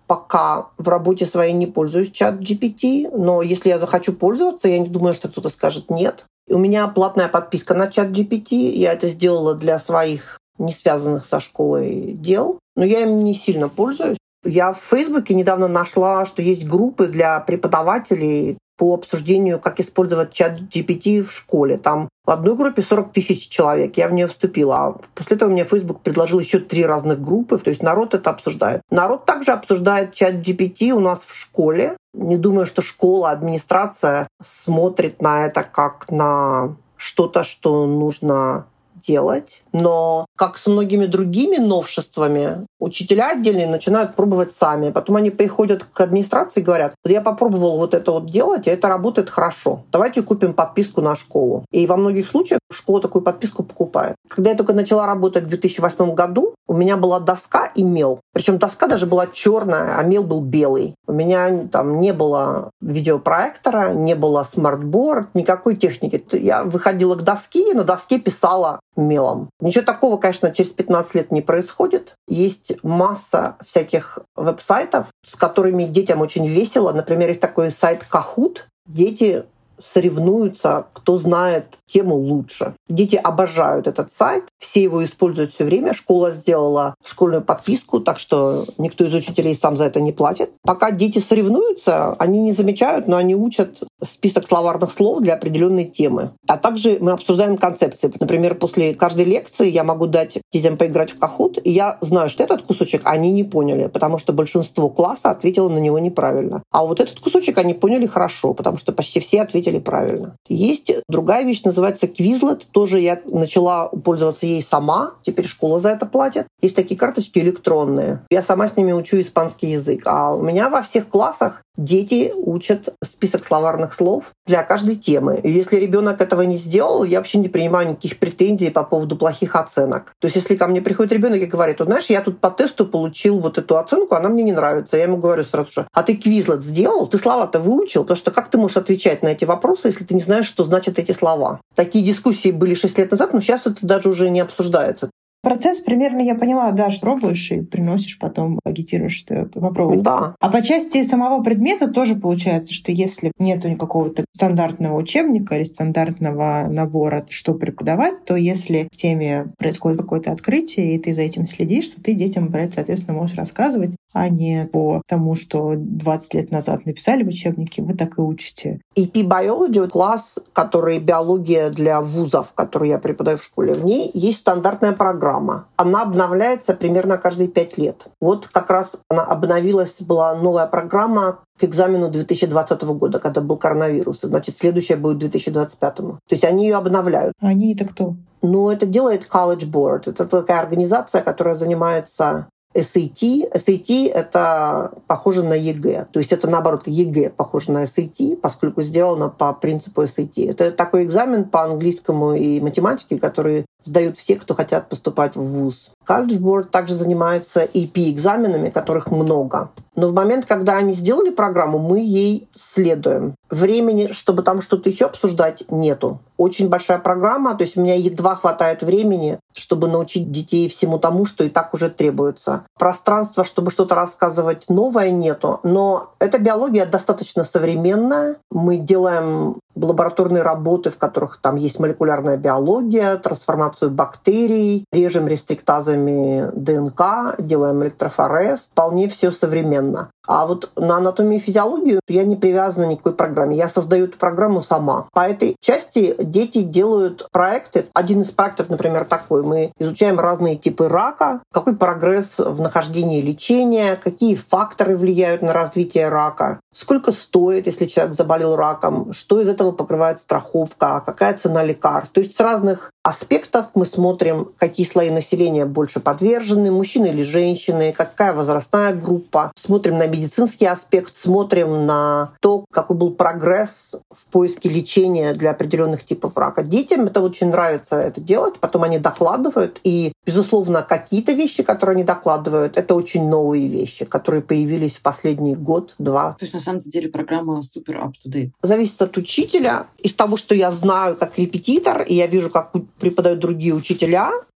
пока в работе своей не пользуюсь чат-GPT, но если я захочу пользоваться, я не думаю, что кто-то скажет нет. У меня платная подписка на чат-GPT, я это сделала для своих не связанных со школой дел, но я им не сильно пользуюсь. Я в Фейсбуке недавно нашла, что есть группы для преподавателей по обсуждению, как использовать чат-GPT в школе. Там в одной группе 40 тысяч человек, я в нее вступила. А после этого мне Facebook предложил еще 3 разных группы, то есть народ это обсуждает. Народ также обсуждает чат-GPT у нас в школе. Не думаю, что школа, администрация смотрит на это как на что-то, что нужно делать. Но, как с многими другими новшествами, учителя отдельные начинают пробовать сами. Потом они приходят к администрации и говорят: я попробовал вот это вот делать, и это работает хорошо. Давайте купим подписку на школу. И во многих случаях школа такую подписку покупает. Когда я только начала работать в 2008 году, у меня была доска и мел. Причем доска даже была черная, а мел был белый. У меня там не было видеопроектора, не было смартборд, никакой техники. Я выходила к доске и на доске писала мелом. Ничего такого, конечно, через 15 лет не происходит. Есть масса всяких веб-сайтов, с которыми детям очень весело. Например, есть такой сайт Kahoot. Дети соревнуются, кто знает тему лучше. Дети обожают этот сайт, все его используют все время. Школа сделала школьную подписку, так что никто из учителей сам за это не платит. Пока дети соревнуются, они не замечают, но они учат список словарных слов для определенной темы. А также мы обсуждаем концепции. Например, после каждой лекции я могу дать детям поиграть в Kahoot, и я знаю, что этот кусочек они не поняли, потому что большинство класса ответило на него неправильно. А вот этот кусочек они поняли хорошо, потому что почти все ответили правильно. Есть другая вещь, называется Quizlet. Тоже я начала пользоваться ей сама. Теперь школа за это платит. Есть такие карточки электронные. Я сама с ними учу испанский язык. А у меня во всех классах дети учат список словарных слов для каждой темы. И если ребенок этого не сделал, я вообще не принимаю никаких претензий по поводу плохих оценок. То есть если ко мне приходит ребенок и говорит: вот знаешь, я тут по тесту получил вот эту оценку, она мне не нравится. Я ему говорю сразу же: а ты Quizlet сделал? Ты слова-то выучил? Потому что как ты можешь отвечать на эти вопросы, если ты не знаешь, что значат эти слова? Такие дискуссии были 6 лет назад, но сейчас это даже уже не обсуждается. Процесс примерно я поняла, да, что пробуешь и приносишь, потом агитируешь, что попробуй. Да. А по части самого предмета тоже получается, что если нету какого-то стандартного учебника или стандартного набора, что преподавать, то если в теме происходит какое-то открытие, и ты за этим следишь, то ты детям про это, соответственно, можешь рассказывать, а не по тому, что 20 лет назад написали в учебнике, вы так и учите. EP Biology — класс, который биология для вузов, который я преподаю в школе. В ней есть стандартная программа. Она обновляется примерно каждые 5 лет. Вот как раз она обновилась, была новая программа к экзамену 2020 года, когда был коронавирус. Значит, следующая будет 2025. То есть они ее обновляют. Они — это кто? Ну, это делает College Board. Это такая организация, которая занимается SAT. SAT — это похоже на ЕГЭ. То есть это, наоборот, ЕГЭ похоже на SAT, поскольку сделано по принципу SAT. Это такой экзамен по английскому и математике, который сдают все, кто хотят поступать в вуз. College Board также занимается EP-экзаменами, которых много. Но в момент, когда они сделали программу, мы ей следуем. Времени, чтобы там что-то еще обсуждать, нету. Очень большая программа, то есть у меня едва хватает времени, чтобы научить детей всему тому, что и так уже требуется. Пространства, чтобы что-то рассказывать новое, нету. Но эта биология достаточно современная. Мы делаем лабораторные работы, в которых там есть молекулярная биология, трансформацию бактерий, режем рестриктазами ДНК, делаем электрофорез. Вполне все современно. А вот на анатомию и физиологию я не привязана ни к какой программе. Я создаю эту программу сама. По этой части дети делают проекты. Один из проектов, например, такой. Мы изучаем разные типы рака, какой прогресс в нахождении лечения, какие факторы влияют на развитие рака, сколько стоит, если человек заболел раком, что из этого покрывает страховка, какая цена лекарств. То есть с разных аспектов мы смотрим, какие слои населения больше подвержены, мужчины или женщины, какая возрастная группа. Смотрим на медицинский аспект, смотрим на то, какой был прогресс в поиске лечения для определенных типов рака. Детям это очень нравится это делать, потом они докладывают, и, безусловно, какие-то вещи, которые они докладывают, это очень новые вещи, которые появились в последний год-два. То есть, на самом деле, программа супер up-to-date. Зависит от учителя. Из того, что я знаю как репетитор, и я вижу, как преподают другие учителя,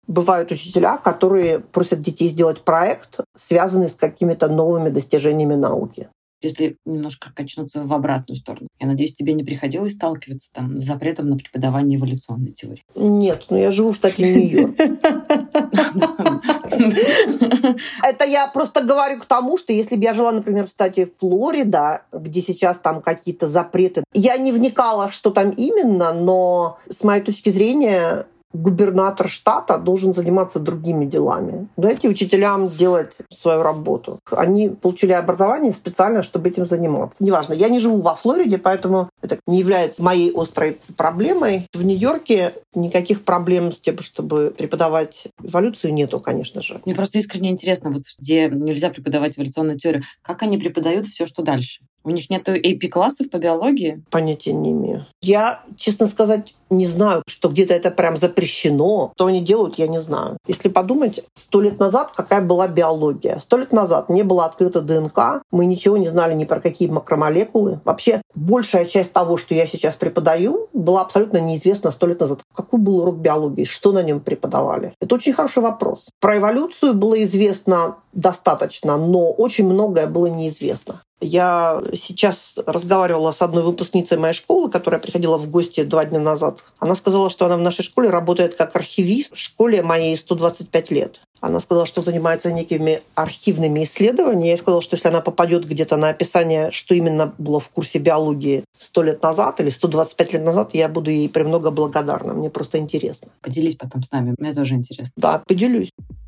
Бывают учителя, которые просят детей сделать проект, связанный с какими-то новыми достижениями науки. Если немножко качнуться в обратную сторону. Я надеюсь, тебе не приходилось сталкиваться с запретом на преподавание эволюционной теории? Нет, но я живу в штате Нью-Йорк. Это я просто говорю к тому, что если бы я жила, например, в штате Флорида, где сейчас там какие-то запреты, я не вникала, что там именно, но с моей точки зрения губернатор штата должен заниматься другими делами. Дайте учителям делать свою работу. Они получили образование специально, чтобы этим заниматься. Неважно, я не живу во Флориде, поэтому это не является моей острой проблемой. В Нью-Йорке никаких проблем с тем, чтобы преподавать эволюцию, нету, конечно же. Мне просто искренне интересно, вот где нельзя преподавать эволюционную теорию, как они преподают все, что дальше? У них нет AP-классов по биологии? Понятия не имею. Я, честно сказать, не знаю, что где-то это прям запрещено. Что они делают, я не знаю. Если подумать, 100 лет назад какая была биология? 100 лет назад не было открыто ДНК, мы ничего не знали ни про какие макромолекулы. Вообще, большая часть того, что я сейчас преподаю, была абсолютно неизвестна 100 лет назад. Какой был урок биологии? Что на нем преподавали? Это очень хороший вопрос. Про эволюцию было известно достаточно, но очень многое было неизвестно. Я сейчас разговаривала с одной выпускницей моей школы, которая приходила в гости 2 дня назад. Она сказала, что она в нашей школе работает как архивист. В школе моей 125 лет. Она сказала, что занимается некими архивными исследованиями. Я ей сказала, что если она попадет где-то на описание, что именно было в курсе биологии 100 лет назад или 125 лет назад, я буду ей премного благодарна. Мне просто интересно. Поделись потом с нами. Мне тоже интересно. Да, поделюсь.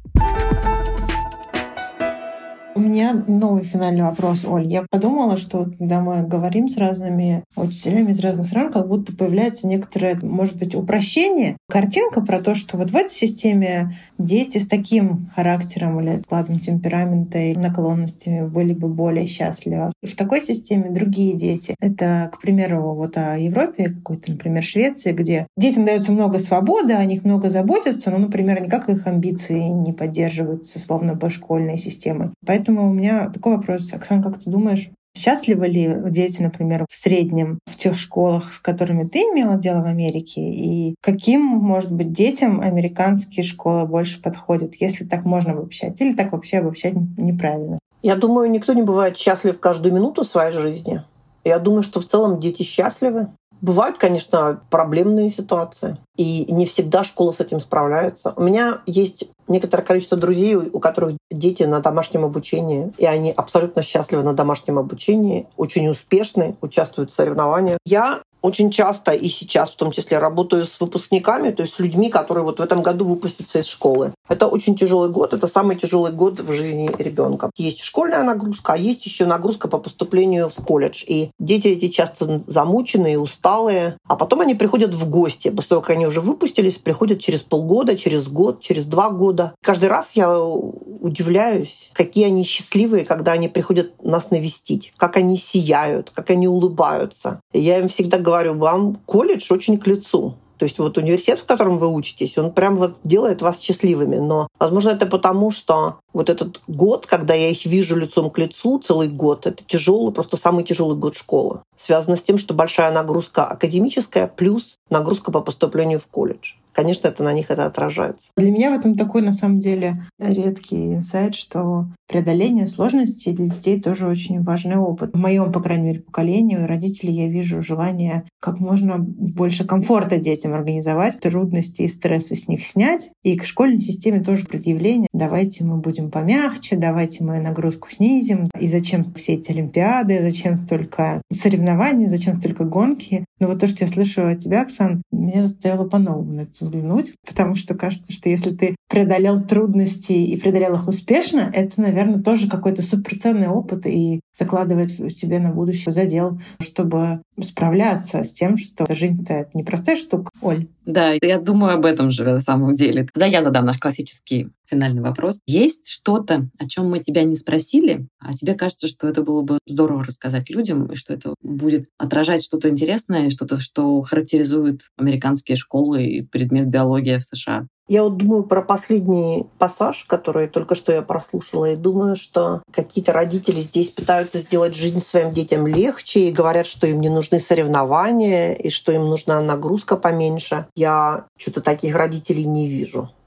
У меня новый финальный вопрос, Оль. Я подумала, что когда мы говорим с разными учителями из разных стран, как будто появляется некоторое, может быть, упрощение. Картинка про то, что вот в этой системе дети с таким характером или складом темперамента и наклонностями были бы более счастливы. В такой системе другие дети. Это, к примеру, вот о Европе, какой-то, например, Швеции, где детям дается много свободы, о них много заботятся, но, например, никак их амбиции не поддерживаются, словно бы школьной системой. Поэтому у меня такой вопрос. Оксана, как ты думаешь, счастливы ли дети, например, в среднем в тех школах, с которыми ты имела дело в Америке? И каким, может быть, детям американские школы больше подходят, если так можно обобщать? Или так вообще обобщать неправильно? Я думаю, никто не бывает счастлив каждую минуту своей жизни. Я думаю, что в целом дети счастливы. Бывают, конечно, проблемные ситуации, и не всегда школа с этим справляется. У меня есть некоторое количество друзей, у которых дети на домашнем обучении, и они абсолютно счастливы на домашнем обучении, очень успешны, участвуют в соревнованиях. Я очень часто и сейчас в том числе работаю с выпускниками, то есть с людьми, которые вот в этом году выпустятся из школы. Это очень тяжелый год, это самый тяжелый год в жизни ребенка. Есть школьная нагрузка, а есть еще нагрузка по поступлению в колледж. И дети эти часто замученные, усталые, а потом они приходят в гости. После того, как они уже выпустились, приходят через полгода, через год, через 2 года. Каждый раз я удивляюсь, какие они счастливые, когда они приходят нас навестить, как они сияют, как они улыбаются. И я им всегда говорю, вам колледж очень к лицу. То есть вот университет, в котором вы учитесь, он прям вот делает вас счастливыми. Но, возможно, это потому, что вот этот год, когда я их вижу лицом к лицу, целый год, это тяжелый, просто самый тяжелый год школы. Связано с тем, что большая нагрузка академическая плюс нагрузка по поступлению в колледж. Конечно, это на них это отражается. Для меня в этом такой, на самом деле, редкий инсайт, что преодоление сложностей для детей тоже очень важный опыт. В моем, по крайней мере, поколении у родителей я вижу желание как можно больше комфорта детям организовать, трудности и стрессы с них снять. И к школьной системе тоже предъявление. Давайте мы будем помягче, давайте мы нагрузку снизим. И зачем все эти олимпиады, зачем столько соревнований, зачем столько гонки. Но вот то, что я слышу от тебя, Оксан, меня заставило по-новому на это взглянуть, потому что кажется, что если ты преодолел трудности и преодолел их успешно, это, наверное, тоже какой-то суперценный опыт и закладывает в тебе на будущее задел, чтобы справляться с тем, что жизнь-то это непростая штука. Оль. Да, я думаю об этом же на самом деле. Тогда я задам наш классический финальный вопрос. Есть что-то, о чем мы тебя не спросили, а тебе кажется, что это было бы здорово рассказать людям, и что это будет отражать что-то интересное, что-то, что характеризует американские школы и предмет биология в США? Я вот думаю про последний пассаж, который только что я прослушала, и думаю, что какие-то родители здесь пытаются сделать жизнь своим детям легче и говорят, что им не нужны соревнования и что им нужна нагрузка поменьше. Я что-то таких родителей не вижу.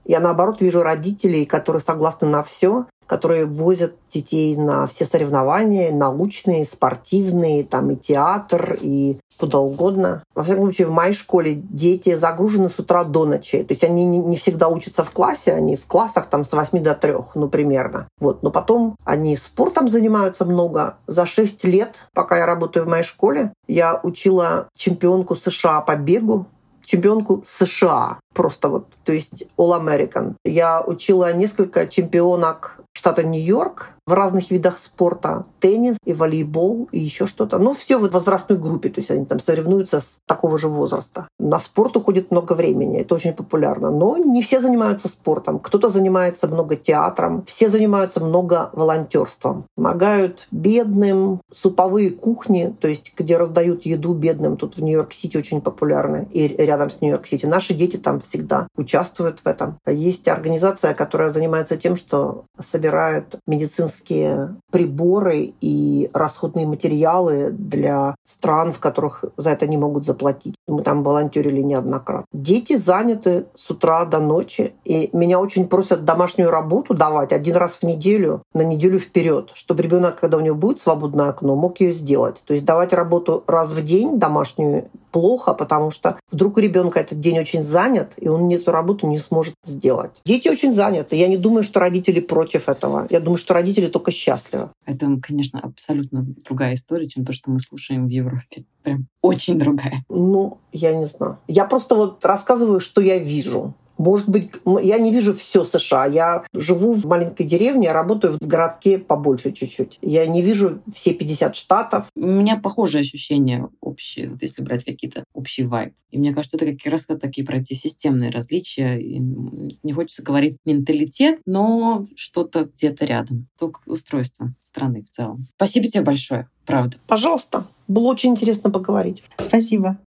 Я, наоборот, вижу родителей, которые согласны на все, которые возят детей на все соревнования, научные, спортивные, там и театр, и куда угодно. Во всяком случае, в моей школе дети загружены с утра до ночи. То есть они не всегда учатся в классе, они в классах там с 8 до 3, ну, примерно. Вот. Но потом они спортом занимаются много. За 6 лет, пока я работаю в моей школе, я учила чемпионку США по бегу, чемпионку США. Просто вот, то есть All-American. Я учила несколько чемпионок штата Нью-Йорк в разных видах спорта. Теннис и волейбол, и еще что-то. Ну, все в возрастной группе. То есть они там соревнуются с такого же возраста. На спорт уходит много времени. Это очень популярно. Но не все занимаются спортом. Кто-то занимается много театром. Все занимаются много волонтерством. Помогают бедным. Суповые кухни, то есть где раздают еду бедным. Тут в Нью-Йорк-Сити очень популярны. И рядом с Нью-Йорк-Сити. Наши дети там всегда участвуют в этом. Есть организация, которая занимается тем, что собирает медицинские приборы и расходные материалы для стран, в которых за это не могут заплатить. Мы там волонтерили неоднократно. Дети заняты с утра до ночи, и меня очень просят домашнюю работу давать 1 раз в неделю, на неделю вперед, чтобы ребенок, когда у него будет свободное окно, мог ее сделать. То есть давать работу раз в день домашнюю плохо, потому что вдруг у ребенка этот день очень занят, и он эту работу не сможет сделать. Дети очень заняты. Я не думаю, что родители против этого. Я думаю, что родители только счастливы. Это, конечно, абсолютно другая история, чем то, что мы слушаем в Европе. Прям очень другая. Ну, я не знаю. Я просто вот рассказываю, что я вижу. Может быть, я не вижу все США. Я живу в маленькой деревне, а работаю в городке побольше чуть-чуть. Я не вижу все 50 штатов. У меня похожие ощущения общие, вот если брать какие-то общие вайб. И мне кажется, это как раз такие про эти системные различия. И не хочется говорить менталитет, но что-то где-то рядом. Только устройство страны в целом. Спасибо тебе большое, правда. Пожалуйста. Было очень интересно поговорить. Спасибо.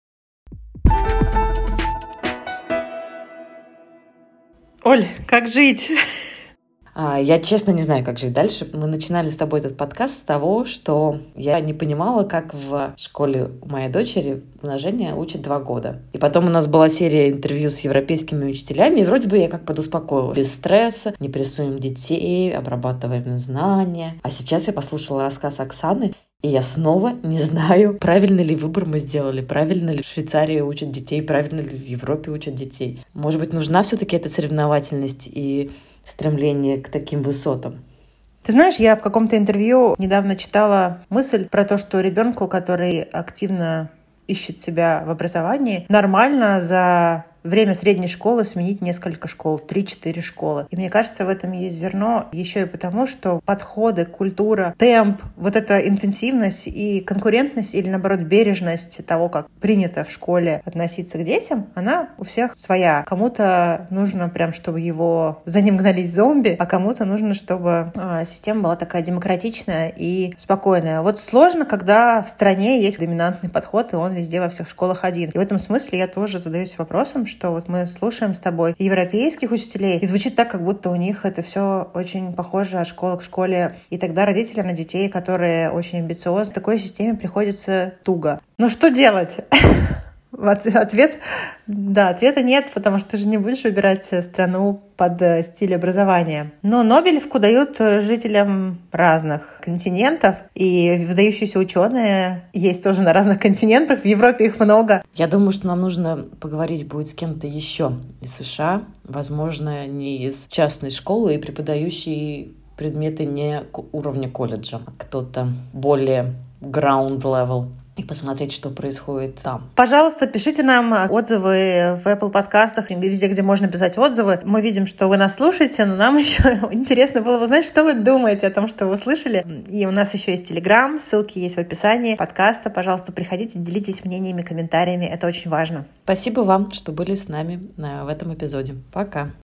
Оль, как жить? Я честно не знаю, как жить дальше. Мы начинали с тобой этот подкаст с того, что я не понимала, как в школе у моей дочери умножение учат 2 года. И потом у нас была серия интервью с европейскими учителями, и вроде бы я как подуспокоила. Без стресса, не прессуем детей, обрабатываем знания. А сейчас я послушала рассказ Оксаны, и я снова не знаю, правильно ли выбор мы сделали, правильно ли в Швейцарии учат детей, правильно ли в Европе учат детей. Может быть, нужна все-таки эта соревновательность и стремление к таким высотам? Ты знаешь, я в каком-то интервью недавно читала мысль про то, что ребенку, который активно ищет себя в образовании, нормально за время средней школы сменить несколько школ, 3-4 школы. И мне кажется, в этом есть зерно еще и потому, что подходы, культура, темп, вот эта интенсивность и конкурентность или, наоборот, бережность того, как принято в школе относиться к детям, она у всех своя. Кому-то нужно прям, чтобы за ним гнались зомби, а кому-то нужно, чтобы система была такая демократичная и спокойная. Вот сложно, когда в стране есть доминантный подход, и он везде во всех школах один. И в этом смысле я тоже задаюсь вопросом, что вот мы слушаем с тобой европейских учителей, и звучит так, как будто у них это все очень похоже от школы к школе. И тогда родителям на детей, которые очень амбициозны, в такой системе приходится туго. Ну что делать? Ответа нет, потому что ты же не будешь выбирать страну под стиль образования. Но Нобелевку дают жителям разных континентов, и выдающиеся ученые есть тоже на разных континентах. В Европе их много. Я думаю, что нам нужно поговорить будет с кем-то еще из США, возможно, не из частной школы и преподающий предметы не уровня колледжа, а кто-то более ground level. И посмотреть, что происходит там. Пожалуйста, пишите нам отзывы в Apple подкастах и везде, где можно писать отзывы. Мы видим, что вы нас слушаете, но нам еще интересно было бы узнать, что вы думаете о том, что вы услышали. И у нас еще есть Telegram, ссылки есть в описании подкаста. Пожалуйста, приходите, делитесь мнениями, комментариями. Это очень важно. Спасибо вам, что были с нами в этом эпизоде. Пока.